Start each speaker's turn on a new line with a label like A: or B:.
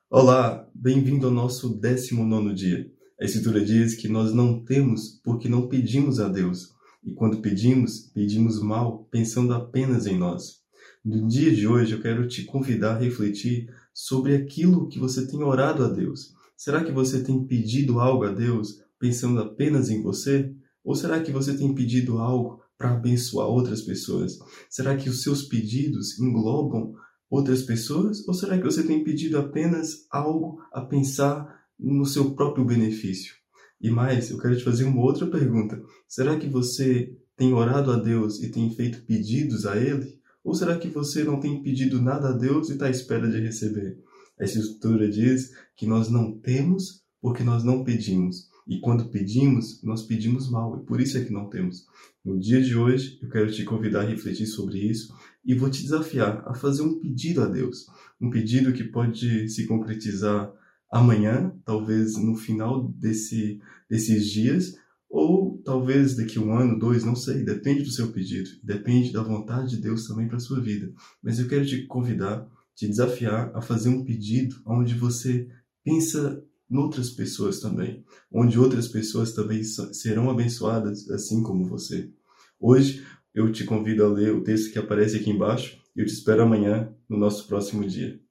A: Olá, bem-vindo ao nosso 19º dia. A Escritura diz que nós não temos porque não pedimos a Deus. E quando pedimos, pedimos mal, pensando apenas em nós. No dia de hoje, eu quero te convidar a refletir sobre aquilo que você tem orado a Deus. Será que você tem pedido algo a Deus pensando apenas em você? Ou será que você tem pedido algo para abençoar outras pessoas? Será que os seus pedidos englobam outras pessoas? Ou será que você tem pedido apenas algo a pensar no seu próprio benefício? E mais, eu quero te fazer uma outra pergunta. Será que você tem orado a Deus e tem feito pedidos a Ele? Ou será que você não tem pedido nada a Deus e está à espera de receber? A Escritura diz que nós não temos porque nós não pedimos. E quando pedimos, nós pedimos mal. E por isso é que não temos. No dia de hoje, eu quero te convidar a refletir sobre isso e vou te desafiar a fazer um pedido a Deus. Um pedido que pode se concretizar amanhã, talvez no final desses dias, ou talvez daqui a 1 ano, 2, não sei. Depende do seu pedido. Depende da vontade de Deus também para a sua vida. Mas eu quero te convidar, te desafiar a fazer um pedido onde você pensa em outras pessoas também. Onde outras pessoas também serão abençoadas, assim como você. Hoje, eu te convido a ler o texto que aparece aqui embaixo e eu te espero amanhã no nosso próximo dia.